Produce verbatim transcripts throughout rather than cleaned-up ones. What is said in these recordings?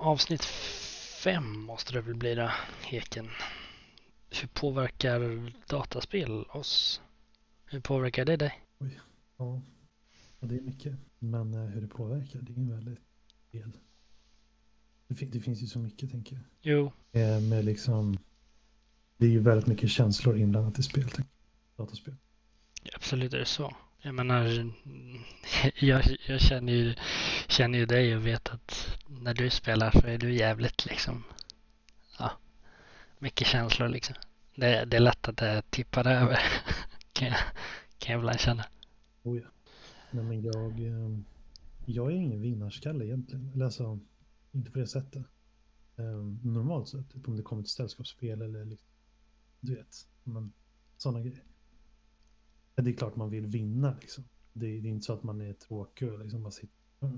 avsnitt fem måste det väl bli då, Heken. Hur påverkar dataspel oss? Hur påverkar det dig? Oj, ja, och det är mycket. Men eh, hur det påverkar, det är ju väldigt del. Det, fin- det finns ju så mycket, tänker jag. Jo, Eh, med liksom, det är ju väldigt mycket känslor inblandat i spel, tänker jag. Dataspel. absolut är det så. Jag menar, jag, jag känner, ju, känner ju dig och vet att när du spelar så är du jävligt liksom, ja, mycket känslor liksom. Det, det är lätt att det tippar över, kan jag, kan jag ibland känna. Oh ja. Nej, men jag, eh, jag är ingen vinnarskalle egentligen. Eller alltså, inte på det sättet. Eh, normalt sett, typ om det kommer till sällskapsspel eller liksom, du vet, men sådana grejer. Ja, det är klart man vill vinna liksom. Det är, det är inte så att man är tråkig och liksom bara sitter.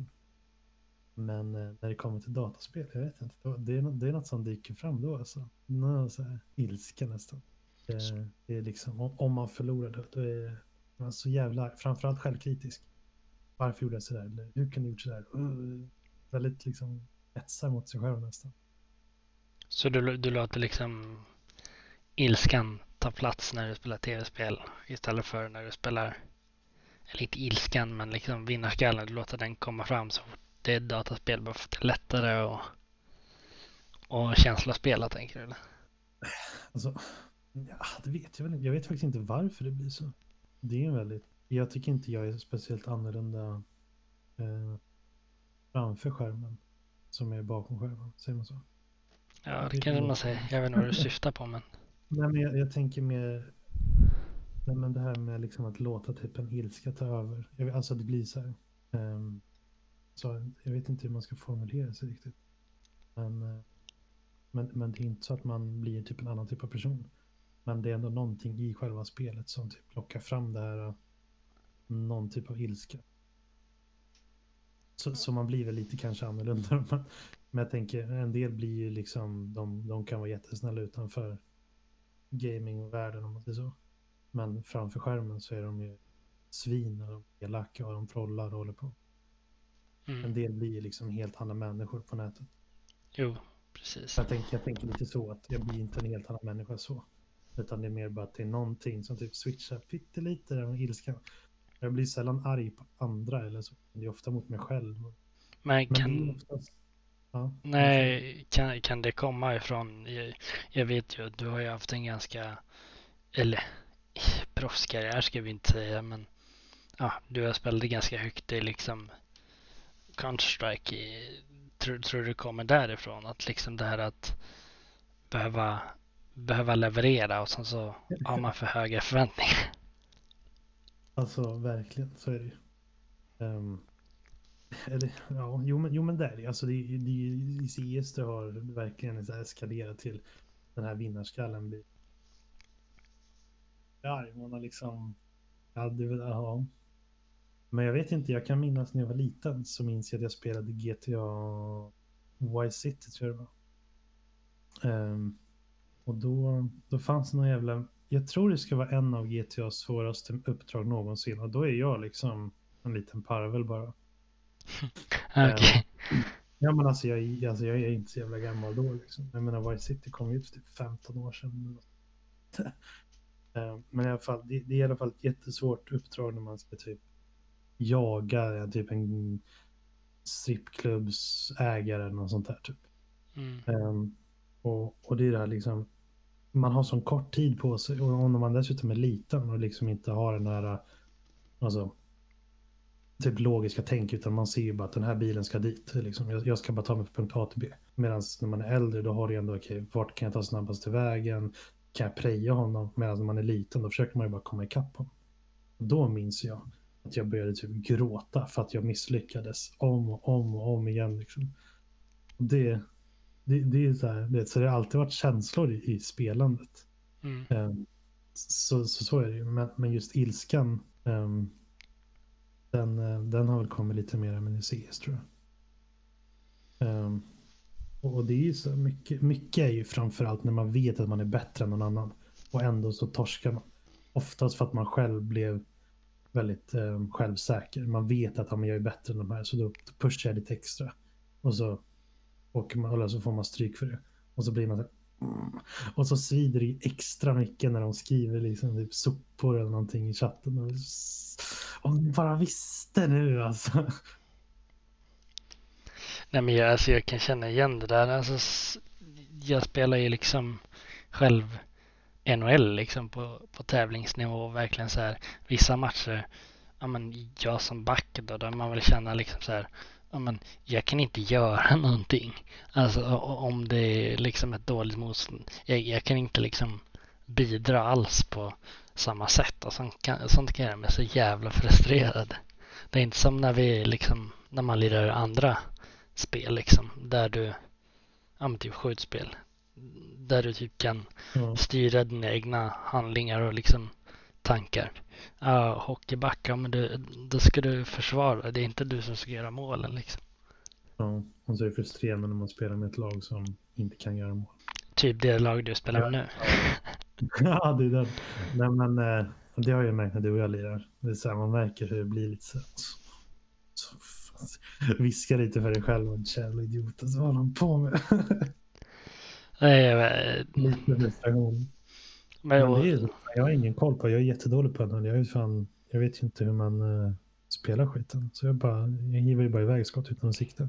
Men eh, när det kommer till dataspel, jag vet inte, då, det, är, nå- det är något som dyker fram då alltså. Nå, så här, ilska nästan. Det, det är liksom, om, om man förlorar det, då är man så jävla, framförallt självkritisk. Varför gjorde jag sådär? Eller hur kan du gjort sådär? Uh, väldigt liksom etsar mot sig själv nästan. Så du, du låter liksom ilskan ta plats när du spelar tv-spel istället för när du spelar, eller inte ilskan, men liksom vinnarskallen. Du låter den komma fram så fort det är ett dataspel bara för att det är lättare och, och känslospela, tänker du? Eller? Alltså, ja, det vet jag väl inte. Jag vet faktiskt inte varför det blir så. Det är en väldigt, jag tycker inte jag är speciellt annorlunda eh, framför skärmen som är bakom skärmen, säger man så? Ja, det Det, kan man säga. Jag vet inte vad du syftar på, men nej, men jag, jag tänker mer, nej, men det här med liksom att låta typ en ilska ta över. Jag, vet- alltså det blir så här. ehm, så jag vet inte hur man ska formulera sig riktigt. Men, eh, men, men det är inte så att man blir typ en annan typ av person. Men det är ändå någonting i själva spelet som typ lockar fram det här, eh, någon typ av ilska. Så, så man blir väl lite kanske annorlunda. Men, men jag tänker, en del blir ju liksom, de, de kan vara jättesnälla utanför gamingvärlden om man säger så. Men framför skärmen så är de ju svin och de är elaka och de trollar och håller på. mm, En del blir ju liksom helt andra människor på nätet. jo, precis. Jag tänker, jag tänker lite så att jag blir inte en helt annan människa så. Utan det är mer bara att det är någonting som typ switchar pyttelite där med ilskan. Jag blir sällan arg på andra eller så. Det är ofta mot mig själv. Men Men det är ju kan, oftast, ja, vad säger du? nej, kan, kan det komma ifrån, jag, jag vet ju att du har ju haft en ganska, eller proffskarriär ska vi inte säga, men ja, du har spelat ganska högt i liksom Counter-Strike. I, tror, tror du det kommer därifrån? Att liksom det här att behöva, behöva leverera och sen så har man för höga förväntningar. Alltså verkligen, så är det ju. Ehm, eller, ja, jo men, jo men där är det. Alltså det, är- det, är ju- i C S det har verkligen så här eskalerat till den här vinnarskallen blir arg. Man har liksom, ja, det, är väl- ja. Men jag vet inte, jag kan minnas när jag var liten så minns jag att jag spelade G T A Vice City tror jag det var. Ehm, och då, då fanns det någon jävla, jag tror det ska vara en av G T A's svåraste uppdrag någonsin och då är jag liksom en liten parvel bara. Ehm, Okej. ja men alltså jag, är- alltså jag är inte så jävla gammal då liksom. Jag menar Vice City kom ut för typ femton år sedan. Ehm, men i alla fall, det, det är i alla fall ett jättesvårt uppdrag när man ska typ jaga ja, typ en strippklubbsägare eller något sånt där typ. Mm. Ehm, och, och det är det här liksom, man har sån kort tid på sig och om man dessutom är liten och liksom inte har den här, alltså, typ logiska tänk utan man ser ju bara att den här bilen ska dit. Liksom. Jag, jag ska bara ta mig från punkt A till B. Medan när man är äldre då har du ändå, okej, okay, vart kan jag ta snabbast till vägen? Kan jag preja honom? Medan när man är liten då försöker man ju bara komma ikapp honom. Och då minns jag att jag började typ gråta för att jag misslyckades om och om och om igen. Liksom. Och det, det, det är så här, det, så det har alltid varit känslor i, i spelandet. Mm. Um, så, så, så är det ju. Men, men just ilskan, um, den, eh, den har väl kommit lite mer med C S tror jag. Um, och det är ju så mycket, mycket är ju framförallt när man vet att man är bättre än någon annan. Och ändå så torskar man. Oftast för att man själv blev väldigt um, självsäker. Man vet att ja, men jag är bättre än de här så då pushar jag lite extra. Och så och man, eller så får man stryk för det. Och så blir man så här, mm. Och så svider det ju extra mycket när de skriver liksom typ sopor eller någonting i chatten. Och, om ni bara visste nu alltså. Nej, men jag, alltså, jag kan känna igen det där. Alltså, s- jag spelar ju liksom själv N H L liksom på, på tävlingsnivå och verkligen så här vissa matcher, ja men jag som back då, där man vill känna liksom så här, ja men jag kan inte göra någonting. Alltså o- om det är liksom ett dåligt motstånd. Jag, jag kan inte liksom bidra alls på samma sätt och sånt kan, sånt kan göra mig så jävla frustrerad. Det är inte som när vi liksom, när man lirar andra spel liksom, där du, ja men typ skjutspel, där du typ kan Ja, styra dina egna handlingar och liksom tankar. Ja, hockeyback, ja men du, då ska du försvara. Det är inte du som ska göra målen liksom. ja. Och så är det frustrerande när man spelar med ett lag som inte kan göra mål. Typ det lag du spelar med Ja, nu. ja det är det. Nej, men eh, det har jag märkt när du och jag lirar. Det är så här, man märker hur det blir lite så, så, så viskar lite för dig själv och jävla idiot. Alltså, vad håller han på med? Nej, jag vet- Lite frustration. men, Men det och, är så, jag har ingen koll på. Jag är jättedålig på den. Jag, är fan, jag vet ju inte hur man uh, spelar skiten. Så jag bara, jag giver ju bara iväg skott utan att sikta.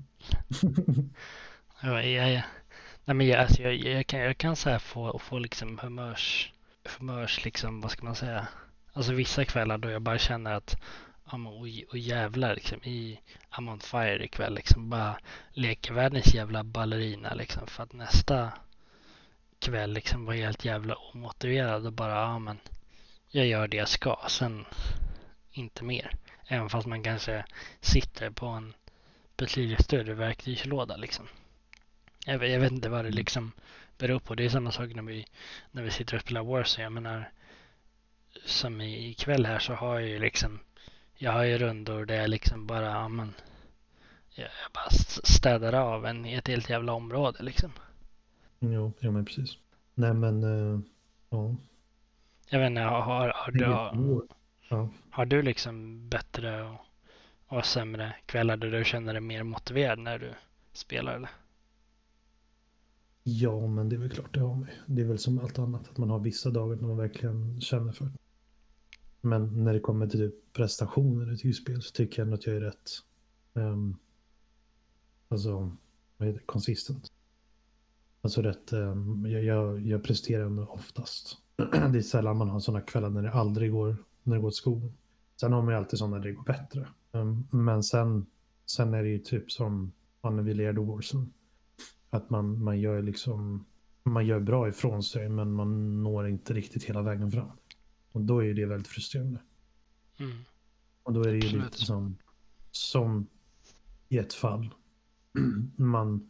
jag, jag, jag, nej, men jag, alltså, jag, jag kan, jag kan så här få, få liksom humörs, humörs liksom, vad ska man säga? Alltså vissa kvällar då jag bara känner att ja, men, och, och jävlar liksom i I'm on fire ikväll liksom bara leker världens jävla ballerina liksom för att nästa kväll liksom var helt jävla omotiverad och bara ja men jag gör det jag ska sen inte mer. Även fast man kanske sitter på en betydligt större verktygslåda liksom. Jag, vet- jag vet inte vad det liksom beror på. Det är samma sak när vi, när vi sitter och spelar Warzone. Jag menar som i- ikväll här så har jag ju liksom jag har ju rundor där jag liksom bara ja, men, jag, jag bara s- städar av en, ett helt jävla område liksom. Jo, ja men precis. Nej men, uh, ja. Jag vet inte, har, har, har, Det du, är ju har, svårt. Ja. har du liksom bättre och, och sämre kvällar där du känner dig mer motiverad när du spelar eller? Ja, men det är väl klart det har med. Det är väl som allt annat att man har vissa dagar när man verkligen känner för det. Men när det kommer till typ prestationer i ett spel så tycker jag ändå att jag är rätt um, alltså, vad heter det, consistent. Alltså rätt, um, jag, jag, jag presterar ändå oftast. Det är sällan man har sådana kvällar när det aldrig går, när det går åt skogen. Sen har man ju alltid sådana där det går bättre. Um, men sen, sen är det ju typ som ja, när vi lirade Warzone. Att man, man gör liksom man gör bra ifrån sig men man når inte riktigt hela vägen fram. Och då är ju det väldigt frustrerande. Mm, Och då är det ju lite absolut. som som i ett fall man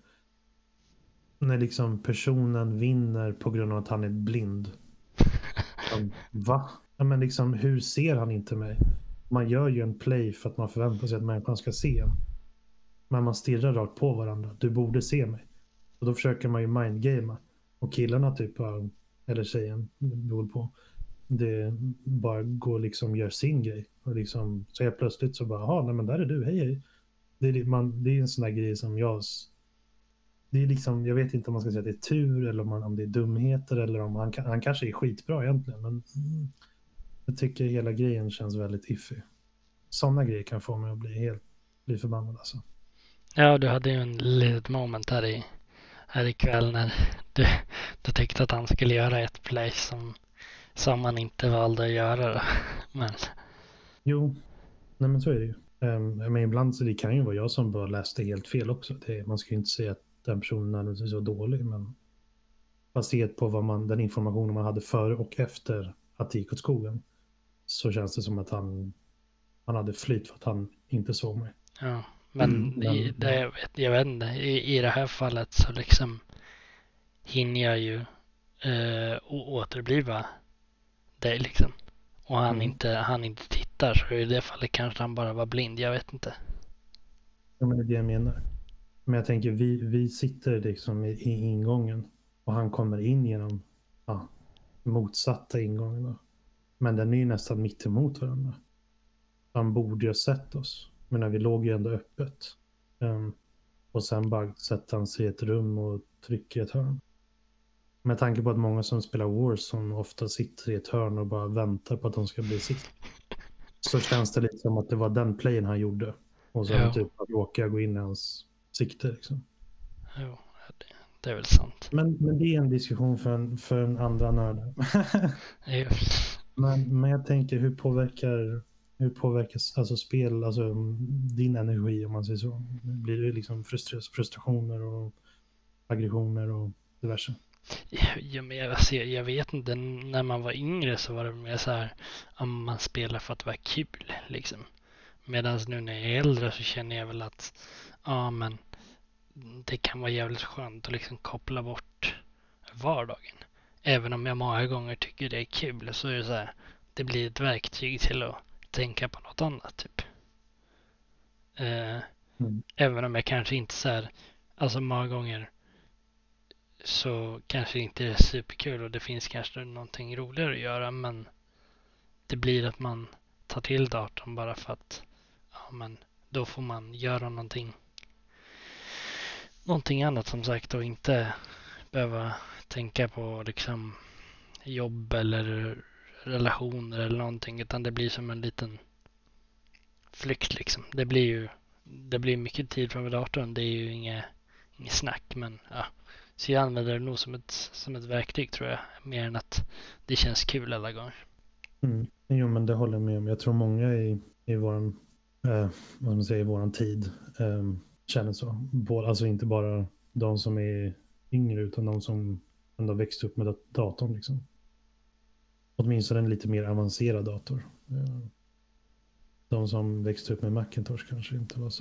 när liksom personen vinner på grund av att han är blind. Um, va? Ja, men liksom, hur ser han inte mig? Man gör ju en play för att man förväntar sig att människan ska se en. Men man stirrar rakt på varandra. Du borde se mig. Och då försöker man ju mindgamea. Och killarna typ, bara- eller tjejen, det beror på. Det bara går liksom gör sin grej. Och liksom, så helt plötsligt så bara, jaha, nej men där är du, hej hej. Det är, man, det är en sån där grej som jag... Det är liksom, jag vet inte om man ska säga att det är tur eller om, man, om det är dumheter eller om han, han kanske är skitbra egentligen. Men mm, jag tycker hela grejen känns väldigt iffy. Sådana grejer kan få mig att bli helt bli förbannad alltså. Ja, du hade ju en litet moment här i här ikväll när du, du tyckte att han skulle göra ett play som, som han inte valde att göra. Då. Men Jo, nej men så är det ju. Um, men ibland så det kan ju vara jag som bara läste helt fel också. Det, man ska ju inte säga att den personen är så dålig, men baserat på vad man, den informationen man hade före och efter att det gick åt skogen så känns det som att han, han hade flyt för att han inte såg mig. ja, men i, Men det, jag, vet, jag vet inte, i, i det här fallet så liksom hinner jag ju eh, å- återbliva dig liksom. Och han, mm, inte, han inte tittar så i det fallet kanske han bara var blind, jag vet inte. ja, men det är det jag menar. Men jag tänker, vi, vi sitter liksom i, i ingången och han kommer in genom ja, motsatta ingången. Då. Men den är ju nästan mitt emot varandra. Han borde ju ha sett oss. Men när vi låg ju ändå öppet. Um, och sen bara sätter han sig i ett rum och trycker i ett hörn. Med tanke på att många som spelar Warzone ofta sitter i ett hörn och bara väntar på att de ska bli sist. Så känns det lite som att det var den playen han gjorde. Och sen Jo. typ att råka gå in i hans sikte liksom. Jo, det, det är väl sant. Men, men det är en diskussion för en, för en andra nördar. Jo. men, men jag tänker, hur påverkar hur påverkas alltså spel, alltså din energi om man säger så? Blir det liksom frustra- frustrationer och aggressioner och diverse? Ja, men jag, alltså, jag vet inte, när man var yngre så var det mer så här om man spelar för att vara kul liksom. Medan nu när jag är äldre så känner jag väl att ja, men det kan vara jävligt skönt att liksom koppla bort vardagen. Även om jag många gånger tycker det är kul så är det så här, det blir ett verktyg till att tänka på något annat typ. Eh, Mm. Även om jag kanske inte så här, alltså många gånger så kanske det inte är superkul och det finns kanske någonting roligare att göra, men det blir att man tar till datorn bara för att ja, men då får man göra någonting någonting annat som sagt och inte behöva tänka på liksom jobb eller relationer eller någonting, utan det blir som en liten flykt liksom. Det blir ju det blir mycket tid framför datorn, det är ju inget, inget snack, men ja. Så jag använder det nog som ett, som ett verktyg tror jag, mer än att det känns kul alla gånger. Mm. Jo, men det håller jag med om. Jag tror många i, i våran eh, vad man säger, i våran tid eh, känner så. Både, alltså inte bara de som är yngre utan de som ändå växt upp med datorn liksom. Åtminstone en lite mer avancerad dator. Eh, de som växte upp med Macintosh kanske inte var så...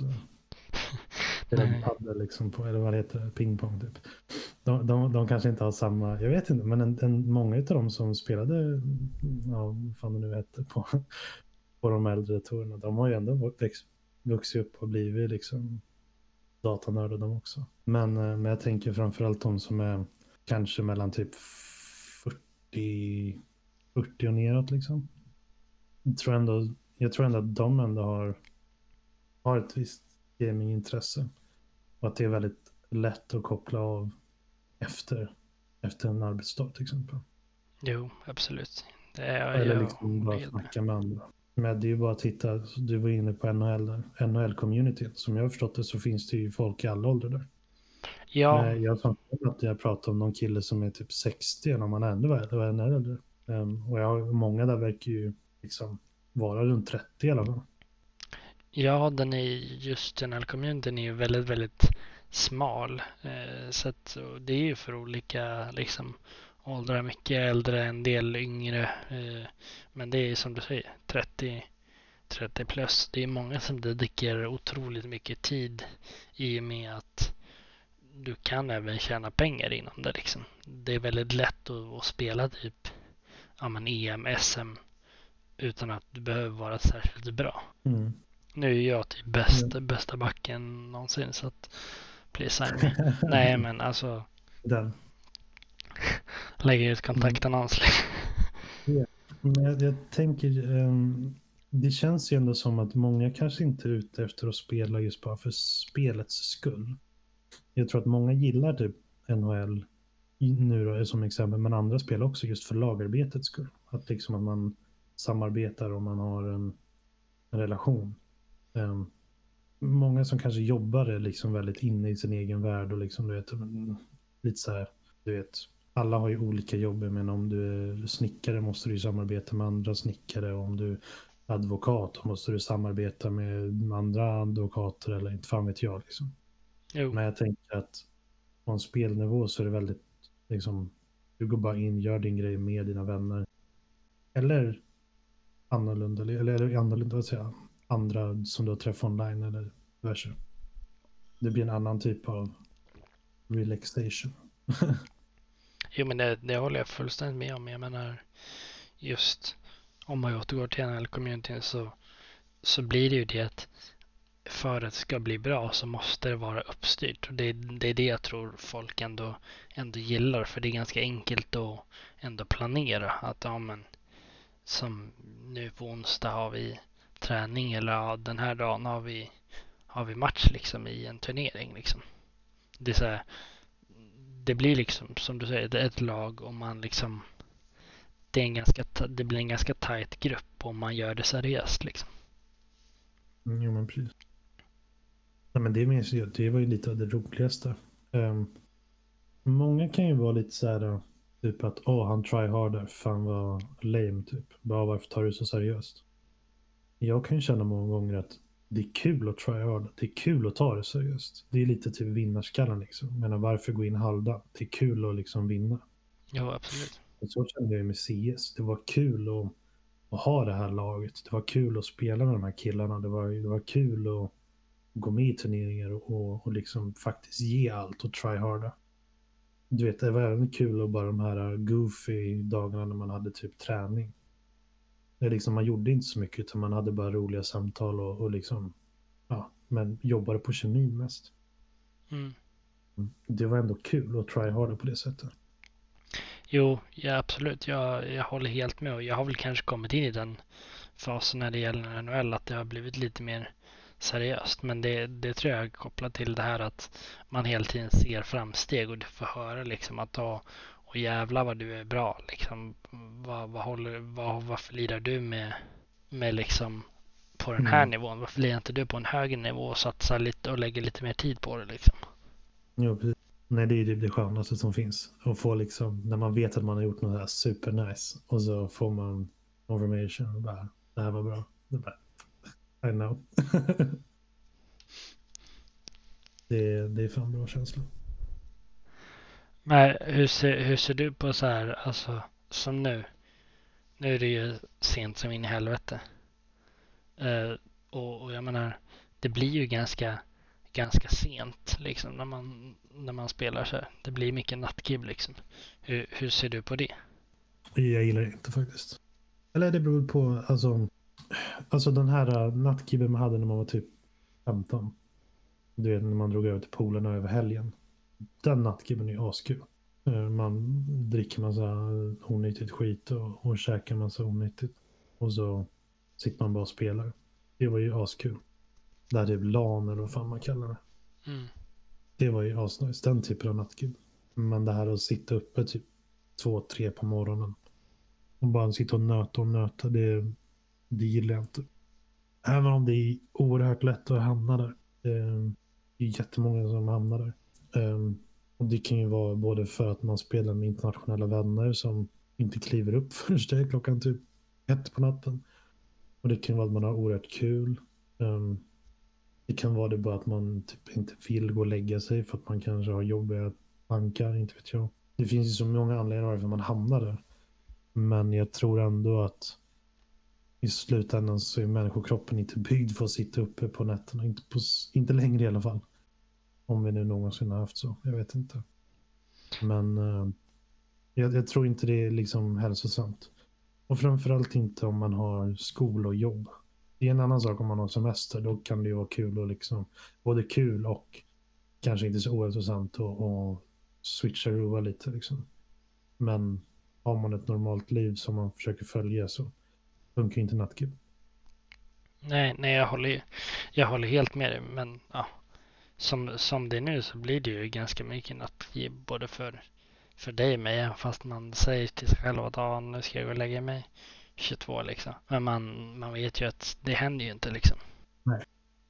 Eller paddor liksom på, eller vad det heter, pingpong typ. De, de, de kanske inte har samma, jag vet inte, men en, en, många av dem som spelade, ja, vad fan det nu heter, på, på de äldre datorerna, de har ju ändå växt, vuxit upp och blivit liksom datanördar de också. Men, men jag tänker framförallt de som är kanske mellan typ fyrtio, fyrtio och neråt liksom. Jag tror ändå, jag tror ändå att de ändå har, har ett visst gamingintresse. Och att det är väldigt lätt att koppla av efter, efter en arbetsdag till exempel. Jo, absolut. Det är, Eller jag liksom bara med. snacka med andra. Men det är ju bara att titta, du var inne på N H L där. N H L-communityn. Som jag har förstått det så finns det ju folk i alla åldrar där. Ja. Men jag har att jag pratar om någon kille som är typ sextio eller om man ändå var ännu äldre. Um, och jag har, många där verkar ju liksom vara runt trettio i alla fall. Ja, den är just den här communityn är ju väldigt, väldigt smal. Eh, så att, det är ju för olika liksom åldrar, mycket äldre, en del yngre. Eh, men det är som du säger, trettio, trettio plus. Det är många som dedikerar otroligt mycket tid i och med att du kan även tjäna pengar inom det liksom. Det är väldigt lätt att, att spela typ ja, men E M, S M utan att du behöver vara särskilt bra. Mm. Nu är jag typ bäst, Mm. bästa backen någonsin så att please sign me. Nej men alltså Den. lägger ut kontaktannons. Mm. Yeah. Men jag, jag tänker um, det känns ju ändå som att många kanske inte är ute efter att spela just bara för spelets skull. Jag tror att många gillar typ N H L nu då, som exempel, men andra spelar också just för lagarbetets skull. Att liksom att man samarbetar och man har en, en relation. Um, många som kanske jobbar är liksom väldigt inne i sin egen värld och liksom, du vet, lite så här, du vet, alla har ju olika jobb, men om du är snickare måste du samarbeta med andra snickare, och om du är advokat måste du samarbeta med andra advokater, eller inte fan vet jag liksom. Jo. Men jag tänker att på en spelnivå så är det väldigt liksom, du går bara in, gör din grej med dina vänner. Eller annorlunda, eller, eller annorlunda, vad säger jag, andra som du har träffat online eller versa. Det blir en annan typ av relaxation. Jo men det, det håller jag fullständigt med om. Jag menar just om man återgår till N H L-communityn så, så blir det ju det att för att det ska bli bra så måste det vara uppstyrt. Och det, det är det jag tror folk ändå, ändå gillar, för det är ganska enkelt att ändå planera. Att ja, men, som nu på onsdag har vi träning, eller ja, den här dagen har vi har vi match liksom i en turnering liksom. Det är så här, det blir liksom som du säger, det är ett lag och man liksom det, är en ganska, det blir en ganska tajt grupp om man gör det seriöst liksom. Mm, jo, men precis. Ja, men det, minns jag, det var ju lite av det roligaste. Um, många kan ju vara lite så här typ att åh, oh, han try harder, fan vad lame typ. Bara varför tar du så seriöst? Jag kan ju känna många gånger att det är kul att try hard. Det är kul att ta det seriöst. Det är lite typ vinnarskallen liksom. Men varför gå in halvdant? Det är kul att liksom vinna. Jo, absolut. Och så kände jag med C S. Det var kul att, att ha det här laget. Det var kul att spela med de här killarna. Det var, det var kul att gå med i turneringar och, och, och liksom faktiskt ge allt och try harda. Du vet, det var även kul att bara de här goofy dagarna när man hade typ träning. Det liksom, man gjorde inte så mycket utan man hade bara roliga samtal och, och liksom, ja, men jobbade på kemin mest. Mm. Det var ändå kul att try harda på det sättet. Jo, ja, absolut. Jag, jag håller helt med och jag har väl kanske kommit in i den fasen när det gäller N H L att det har blivit lite mer seriöst. Men det, det tror jag är kopplat till det här att man hela tiden ser framsteg och du får höra liksom att då, och jävla vad du är bra liksom. Vad, vad håller, vad, varför lirar du med, med liksom på den här Mm. nivån? Varför lirar inte du på en högre nivå och satsar lite och lägger lite mer tid på det liksom? Jo, precis. Nej, det är ju det skönaste som finns. Att få liksom, när man vet att man har gjort något här super nice och så får man confirmation och bara, det här var bra. Det bara, I know. det, det är fan bra känsla. Men hur ser, hur ser du på så här, alltså som nu? Nu är det ju sent som in i helvete. Uh, och, och jag menar, det blir ju ganska, ganska sent liksom när man, när man spelar så här. Det blir mycket nattgib liksom. Hur, hur ser du på det? Jag gillar det inte faktiskt. Eller det beror på, alltså, alltså den här nattgibben man hade när man var typ femton. Du vet, när man drog över till polarna över helgen. Den nattgibben är ju askul. Man dricker massa onyttigt skit och, och käkar massa onyttigt. Och så sitter man bara och spelar. Det var ju askul. Det här typ LAN eller vad fan man kallar det. Mm. Det var ju asnice, den typen av nattgib. Men det här att sitta uppe typ två, tre på morgonen. Och bara sitta och nöta och nöta, det, det gillar jag inte. Även om det är oerhört lätt att hamna där. Det är jättemånga som hamnar där. Och det kan ju vara både för att man spelar med internationella vänner som inte kliver upp först det är klockan typ ett på natten. Och det kan vara att man har oerhört kul. Det kan vara det bara att man typ inte vill gå och lägga sig för att man kanske har jobbiga tankar, inte vet jag. Det finns ju så många anledningar varför man hamnar där. Men jag tror ändå att i slutändan så är människokroppen inte byggd för att sitta uppe på nätterna. Inte, på, inte längre i alla fall. Om vi nu någonsin har haft så. Jag vet inte. Men uh, jag, jag tror inte det är liksom hälsosamt. Och framförallt inte om man har skola och jobb. Det är en annan sak om man har semester. Då kan det ju vara kul och liksom både kul och kanske inte så ohälsosamt och, och switcha ruva lite liksom. Men har man ett normalt liv som man försöker följa så funkar inte nattgib. Nej, nej jag, håller, jag håller helt med dig. Men ja, som, som det är nu så blir det ju ganska mycket nattgib både för, för dig och mig. Fast man säger till sig själv att ah, nu ska jag gå och lägga mig tjugotvå liksom. Men man, man vet ju att det händer ju inte liksom. Nej.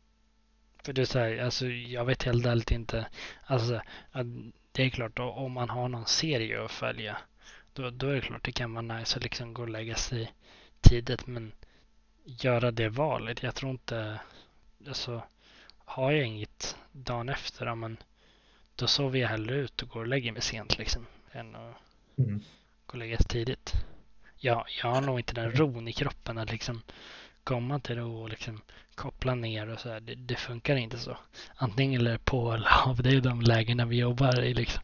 För det är så här, alltså jag vet helt ärligt inte. Alltså det är klart då, om man har någon serie att följa. Då, då är det klart det kan vara nice att liksom gå och lägga sig tidigt. Men göra det valet. Jag tror inte, alltså har jag inget dagen efter, ja, men då sover jag hellre ut och går och lägger mig sent liksom. Än att mm. gå och lägga sig tidigt. Jag, jag har nog inte den ron i kroppen att liksom komma till det och liksom koppla ner och så här. Det, det funkar inte så. Antingen eller på eller av. Det är de lägena vi jobbar i liksom.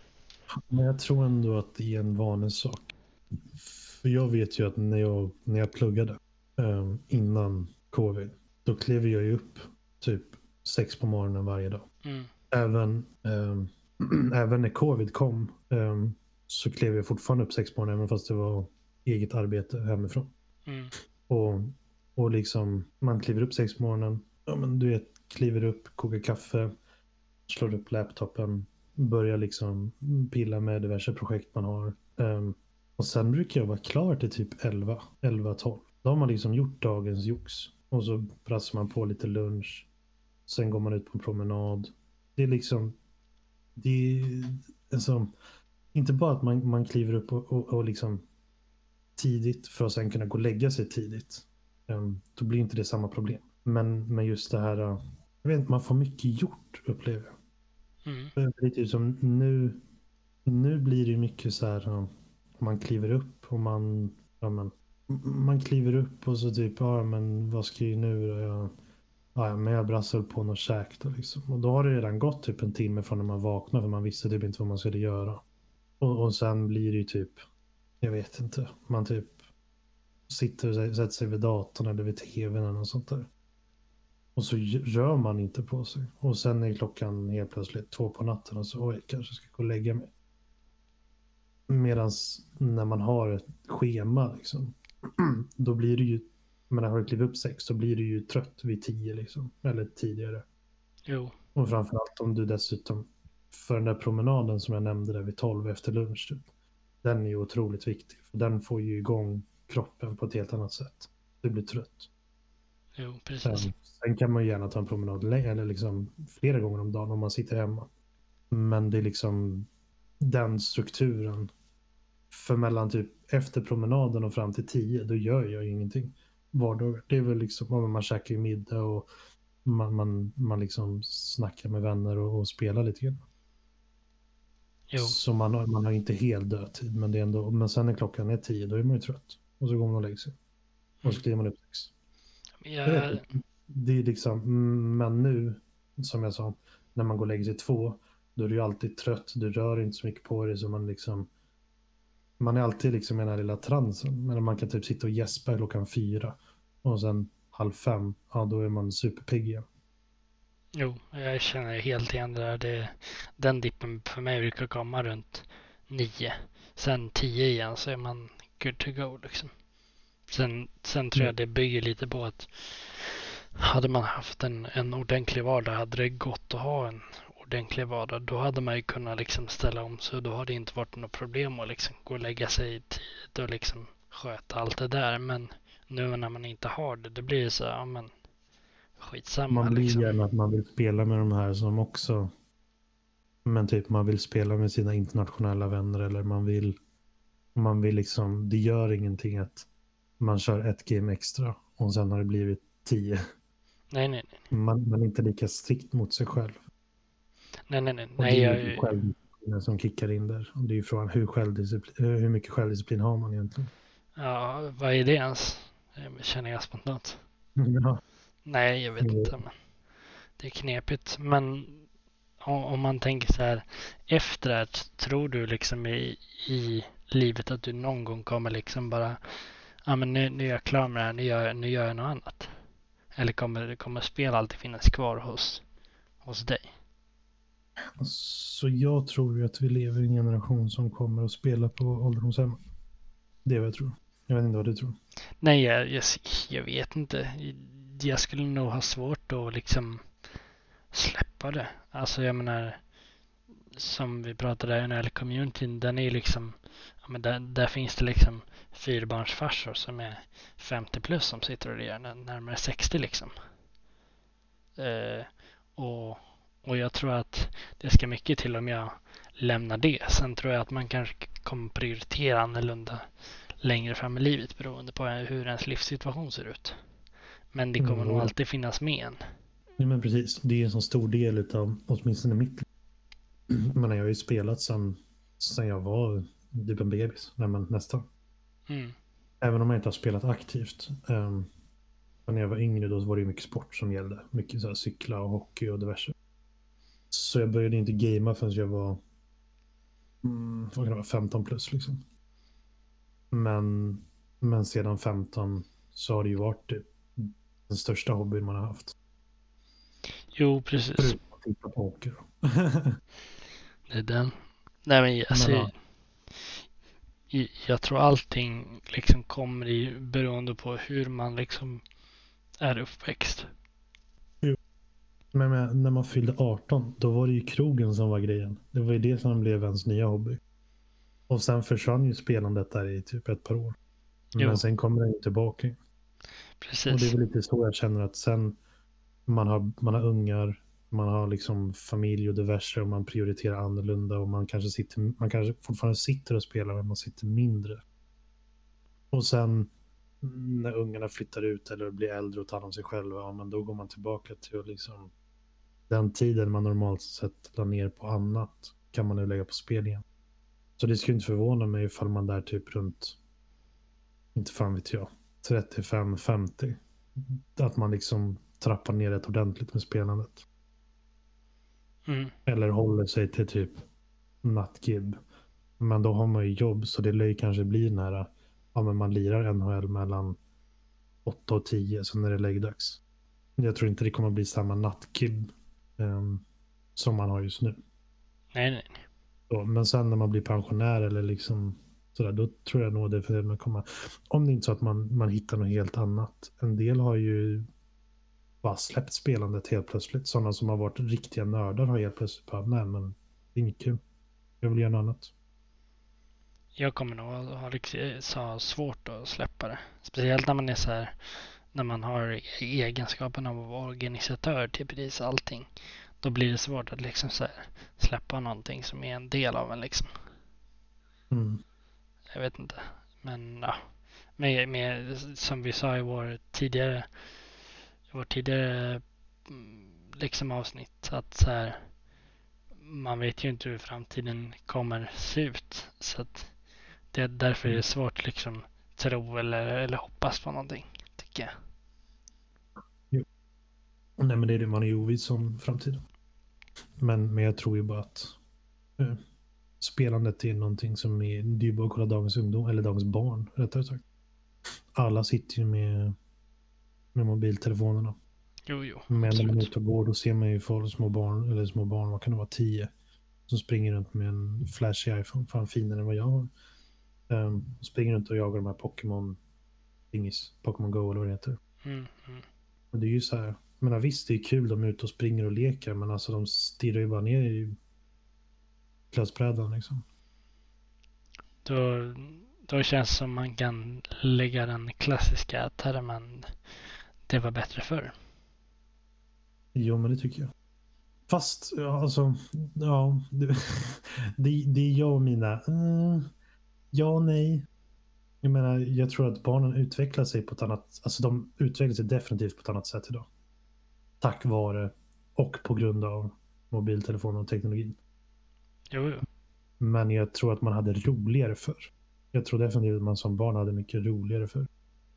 Men jag tror ändå att det är en vanlig sak. För jag vet ju att när jag, när jag pluggade um, innan covid, då klev jag ju upp typ sex på morgonen varje dag. Mm. Även, um, även när covid kom um, så klev jag fortfarande upp sex på morgonen även fast det var eget arbete hemifrån. Mm. Och, och liksom man kliver upp sex på morgonen. Ja, men du vet, kliver upp, kokar kaffe, slår upp laptopen, börjar liksom pilla med diverse projekt man har. Um, och sen brukar jag vara klar till typ elva, elva tolv. Då har man liksom gjort dagens jox. Och så prassar man på lite lunch. Sen går man ut på en promenad. Det är liksom, det är alltså, inte bara att man, man kliver upp och, och, och liksom tidigt för att sen kunna gå och lägga sig tidigt. Um, då blir inte det samma problem. Men, men just det här, uh, jag vet inte, man får mycket gjort upplever jag. Mm. Det är lite som nu, nu blir det mycket så här, uh, man kliver upp och man, ja, men, man kliver upp och så typ, ja men vad ska jag nu då? Jag, ja, men jag brassar på något käk då liksom. Och då har det redan gått typ en timme från när man vaknade för man visste typ inte vad man skulle göra. Och, och sen blir det ju typ, jag vet inte, man typ sitter och sätter sig vid datorn eller vid tvn eller något sånt där. Och så rör man inte på sig. Och sen är klockan helt plötsligt två på natten och så oj, kanske ska gå och lägga mig. Medan när man har ett schema liksom, då blir det ju, men när jag klivit upp sex, då blir du ju trött vid tio liksom, eller tidigare. Jo. Och framförallt om du dessutom, för den där promenaden som jag nämnde där vid tolv efter lunch, typ, den är ju otroligt viktig. För den får ju igång kroppen på ett helt annat sätt. Du blir trött. Jo, precis. Sen, sen kan man ju gärna ta en promenad eller liksom flera gånger om dagen om man sitter hemma. Men det är liksom den strukturen. För mellan typ efter promenaden och fram till tio, då gör jag ju ingenting. Vardagar. Det är väl liksom, man käkar ju middag och man, man, man liksom snackar med vänner och, och spelar lite grann. Jo. Så man har, man har inte helt dödtid, men det är ändå, men sen när klockan är tio, då är man ju trött. Och så går man och lägger sig. Och så kliver man upp sex. Jag... Jag vet, det är liksom, men nu, som jag sa, när man går och lägger sig två, då är du ju alltid trött. Du rör inte så mycket på dig, så man liksom, man är alltid liksom i den här lilla transen. Men man kan typ sitta och gäspa klockan fyra. Och sen halv fem, ja då är man superpigg igen. Jo, jag känner helt igen det där. Det, den dippen för mig brukar komma runt nio. Sen tio igen så är man good to go liksom. Sen, sen tror jag det bygger lite på att hade man haft en, en ordentlig vardag, hade det gått att ha en ordentlig vardag, då hade man ju kunnat liksom ställa om sig och då hade det inte varit något problem att liksom gå och lägga sig tid och liksom sköta allt det där. Men nu när man inte har det, det blir så, ja men skitsamma. Man blir liksom. gärna att man vill spela med de här som också, men typ man vill spela med sina internationella vänner eller man vill, man vill liksom, det gör ingenting att man kör ett game extra och sen har det blivit tio. Nej, nej, nej. Man, man är inte lika strikt mot sig själv. Nej, nej, nej. Och nej det är jag... ju självdisciplinen som kickar in där. Och det är ju frågan hur, självdisciplin, hur mycket självdisciplin har man egentligen? Ja, vad är det ens? Det känner jag spontant. Ja. Nej, jag vet Mm. inte. Men det är knepigt. Men om, om man tänker så här efter att tror du liksom i, i livet att du någon gång kommer liksom bara ja men nu, nu är jag klar med det här, nu gör, nu gör jag något annat? Eller kommer, kommer spel alltid finnas kvar hos, hos dig? Så jag tror ju att vi lever i en generation som kommer att spela på ålderdomshem. Det är vad jag tror. Jag vet inte vad du tror. Nej, jag, jag, jag vet inte. Jag skulle nog ha svårt att liksom släppa det. Alltså jag menar, som vi pratade här när communityn, den är liksom, ja men där, där finns det liksom fyrbarnsfarsor som är femtio plus som sitter och gör närmare sextio liksom. Eh, och, och jag tror att det ska mycket till om jag lämnar det. Sen tror jag att man kanske kommer prioritera annorlunda längre fram i livet beroende på hur ens livssituation ser ut. Men det kommer Mm. nog alltid finnas med en. Ja, men precis. Det är en så stor del av åtminstone mitt liv. Men jag har ju spelat sedan, sedan jag var typ en bebis. Nej, men nästan. Mm. Även om jag inte har spelat aktivt. Um, när jag var yngre då var det ju mycket sport som gällde. Mycket så här cykla och hockey och diverse. Så jag började inte gamea förrän jag var, mm, vad kan det vara, femton plus liksom. Men, men sedan femton så har det ju varit typ den största hobbyn man har haft. Jo, precis. Förutom att titta på hockey då. Det är den. Nej men alltså, Men, jag, jag tror allting liksom kommer i beroende på hur man liksom är uppväxt. Jo. Men med, när man fyllde arton, då var det ju krogen som var grejen. Det var ju det som blev ens nya hobby. Och sen försvann ju spelandet där i typ ett par år. Jo. Men sen kommer den ju tillbaka. Precis. Och det är väl lite så jag känner att sen man har, man har ungar, man har liksom familj och diverse och man prioriterar annorlunda och man kanske, sitter, man kanske fortfarande sitter och spelar men man sitter mindre. Och sen när ungarna flyttar ut eller blir äldre och tar hand om sig själva, ja, men då går man tillbaka till liksom den tiden man normalt sett la ner på annat kan man nu lägga på spel igen. Så det skulle inte förvåna mig ifall man där typ runt, inte fan vet jag, trettiofem femtio, att man liksom trappar ner rätt ordentligt med spelandet. Mm. Eller håller sig till typ nattgib. Men då har man ju jobb så det lär ju kanske bli den här, ja men man lirar N H L mellan åtta och tio så när det är läggdags. Jag tror inte det kommer bli samma nattgib um, som man har just nu. Nej, nej, nej. Så, men sen när man blir pensionär eller liksom sådär, då tror jag nog det för man kommer. Om det inte är så att man, man hittar något helt annat. En del har ju bara släppt spelandet helt plötsligt. Sådana som har varit riktiga nördar har helt plötsligt bara, nej men det är inget kul. Jag vill göra något annat. Jag kommer nog att ha riktigt så svårt att släppa det. Speciellt när man är så här, när man har egenskapen av att vara organisatör till precis allting. Då blir det svårt att liksom så här släppa någonting som är en del av en liksom. Mm. Jag vet inte. Men ja. Med, med, som vi sa i vår tidigare, vår tidigare liksom avsnitt. Att så här, man vet ju inte hur framtiden kommer se ut. Så att det är därför det är svårt liksom tro eller, eller hoppas på någonting, tycker jag. Jo. Nej men det är det, man är ju oviss om framtiden. Men, men jag tror ju bara att eh, spelandet är någonting som är, det är ju bara att kolla dagens ungdom, eller dagens barn rättare sagt. Alla sitter ju med, med mobiltelefonerna. Jo, jo. Men när man är absolut. ute och går då ser man ju folk, små barn, eller små barn, vad kan det vara, tio, som springer runt med en flashig iPhone, fan finare än vad jag har. Um, springer runt och jagar de här Pokémon Dingis, Pokémon Go eller vad det heter. Mm, mm. Och det är ju så här, men visst det är kul, de är ute och springer och leker, men alltså de stirrar ju bara ner i klassbrädan liksom. Då, då känns det som man kan lägga den klassiska termen det var bättre förr. Jo, men det tycker jag. Fast, ja, alltså, ja, det, det, det är jag och mina, uh, ja och nej. Jag menar, jag tror att barnen utvecklar sig på ett annat, alltså de utvecklar sig definitivt på ett annat sätt idag. Tack vare och på grund av mobiltelefoner och teknologin. Jo, jo. Men jag tror att man hade roligare för. Jag tror definitivt att man som barn hade mycket roligare för.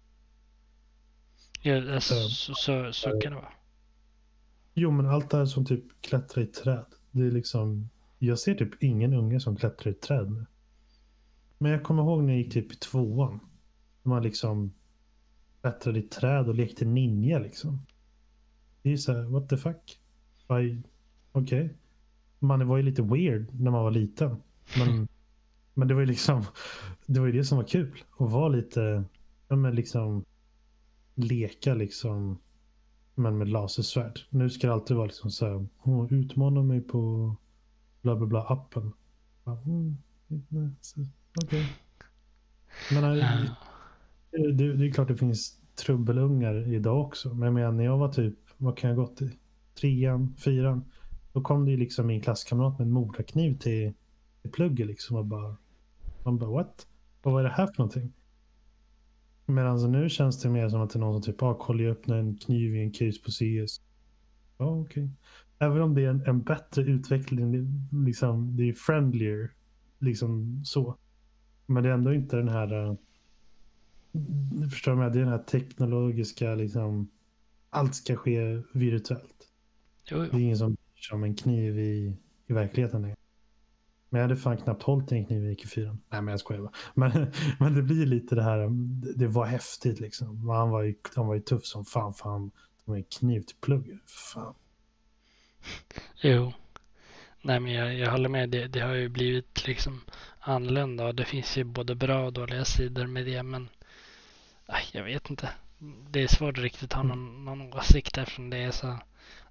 Ja, alltså, så, så, så kan det vara. Jo, men allt det här som typ klättrar i träd. Det är liksom, jag ser typ ingen unge som klättrar i träd nu. Men jag kommer ihåg när jag gick typ i tvåan. Man liksom klättrade i träd och lekte ninja liksom. Det är så här, what the fuck? Okej. Okay. Man var ju lite weird när man var liten. Men, men det var ju liksom, det var ju det som var kul. Att vara lite, ja men liksom leka liksom, men med lasersvärd. Nu ska det alltid vara liksom så här, oh, utmana mig på bla bla bla appen. Mm, okej. Okay. Men äh, det, det är klart det finns trubbelungar idag också. Men jag menar, när jag var typ, vad kan jag ha gått i? Trean, fyran. Då kom det ju liksom min klasskamrat med en mordarkniv till, till plugget liksom och bara, man bara what? Vad var det här för någonting? Men alltså nu känns det mer som att det är någon som typ, ah, kolla jag öppnar en kniv i en case på C S. Ja, okej. Okay. Även om det är en, en bättre utveckling, liksom, det är friendlier, liksom så. Men det är ändå inte den här, uh, förstår du, det är den här teknologiska, liksom, allt ska ske virtuellt. Jo, jo. Det är ingen som som en kniv i, i verkligheten. Men jag hade fan knappt hållit en kniv i Q fyra. Nej, men jag skojar bara. Men, men det blir lite det här, det, det var häftigt liksom. Han var ju, han var ju tuff som fan, fan. De var en kniv till plugg. Fan. Jo. Nej, men jag, jag håller med. Det, det har ju blivit liksom annorlunda och det finns ju både bra och dåliga sidor med det, men aj, jag vet inte. Det är svårt att riktigt ha någon, någon åsikt eftersom det är så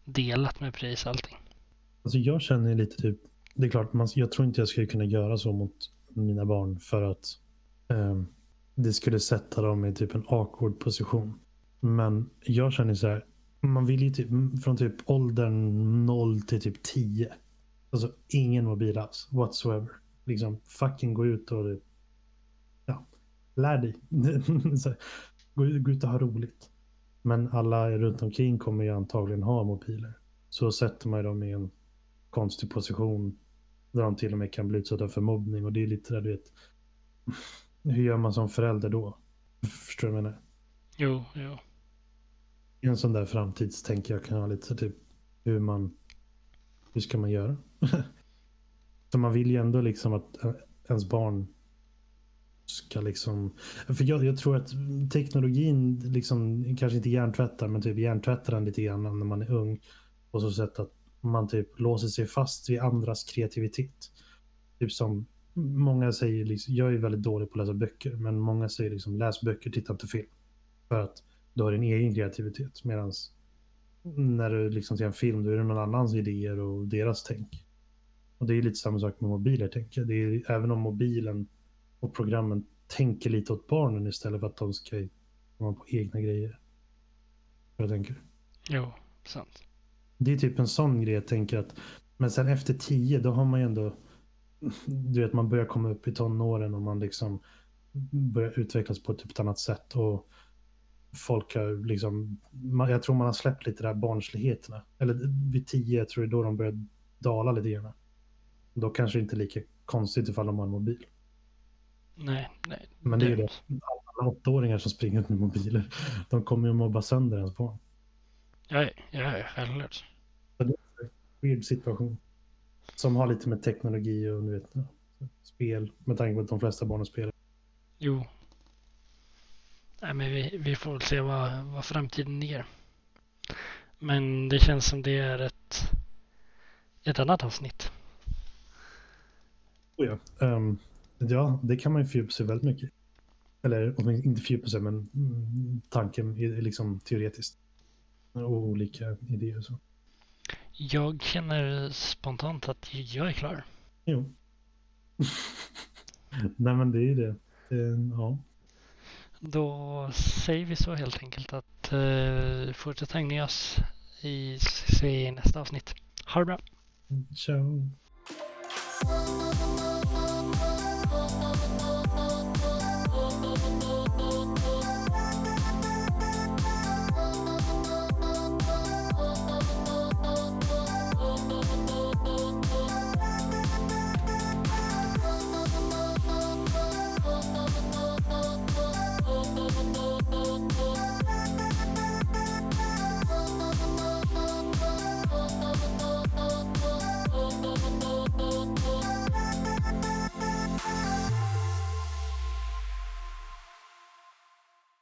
delat med pris och allting. Alltså jag känner lite typ, det är klart, man, jag tror inte jag skulle kunna göra så mot mina barn för att eh, det skulle sätta dem i typ en awkward position. Men jag känner så här, man vill ju typ från typ åldern noll till typ tio. Alltså ingen mobil alls, whatsoever. Liksom fucking gå ut och ja, lär dig. Så här, gå, ut, gå ut och ha roligt. Men alla runt omkring kommer ju antagligen ha mobiler. Så sätter man dem i en konstig position där de till och med kan bli utsatta för mobbning. Och det är lite där, du vet, hur gör man som förälder då? Förstår du vad jag menar? Jo, jo. En sån där framtidstänk jag kan ha lite så typ hur man, hur ska man göra? Så man vill ju ändå liksom att ens barn ska liksom, för jag, jag tror att teknologin liksom kanske inte hjärntvättar, men typ hjärntvättar den lite grann när man är ung, på så sätt att man typ låser sig fast vid andras kreativitet. Typ som många säger, liksom, jag är väldigt dålig på att läsa böcker, men många säger liksom läs böcker, titta inte film. För att du har din egen kreativitet, medan när du liksom ser en film, då är det någon annans idéer och deras tänk. Och det är lite samma sak med mobiler, tänker jag. Det är, även om mobilen och programmen tänker lite åt barnen istället för att de ska komma på egna grejer. Jag tänker. Jo, sant. Det är typ en sån grej jag tänker att, men sen efter tio, då har man ju ändå, du vet, man börjar komma upp i tonåren och man liksom börjar utvecklas på ett typ ett annat sätt, och folk har liksom, jag tror man har släppt lite där barnsligheterna. Eller vid tio, jag tror det är då de börjar dala lite grann. Då kanske det inte är lika konstigt ifall de har en mobil. Nej, nej. Men det är ju det. Alla åttaåringar som springer ut med mobiler, de kommer ju att mobba sönder ens barn. Ja, ja, självklart. Det är en weird situation. Som har lite med teknologi och, du vet, spel, med tanke på att de flesta barnen spelar. Jo. Nej, men vi, vi får väl se vad, vad framtiden ger. Men det känns som det är ett, ett annat avsnitt. Oh ja. Um, ja, det kan man ju fördjupa sig väldigt mycket. Eller inte fördjupa sig, men mm, tanken är liksom teoretiskt. Och olika idéer och så. Jag känner spontant att jag är klar. Jo. Nej, men det är ju det. det ja. Då säger vi så helt enkelt att uh, fortsätt hänga oss i, se i nästa avsnitt. Ha det bra! Ciao.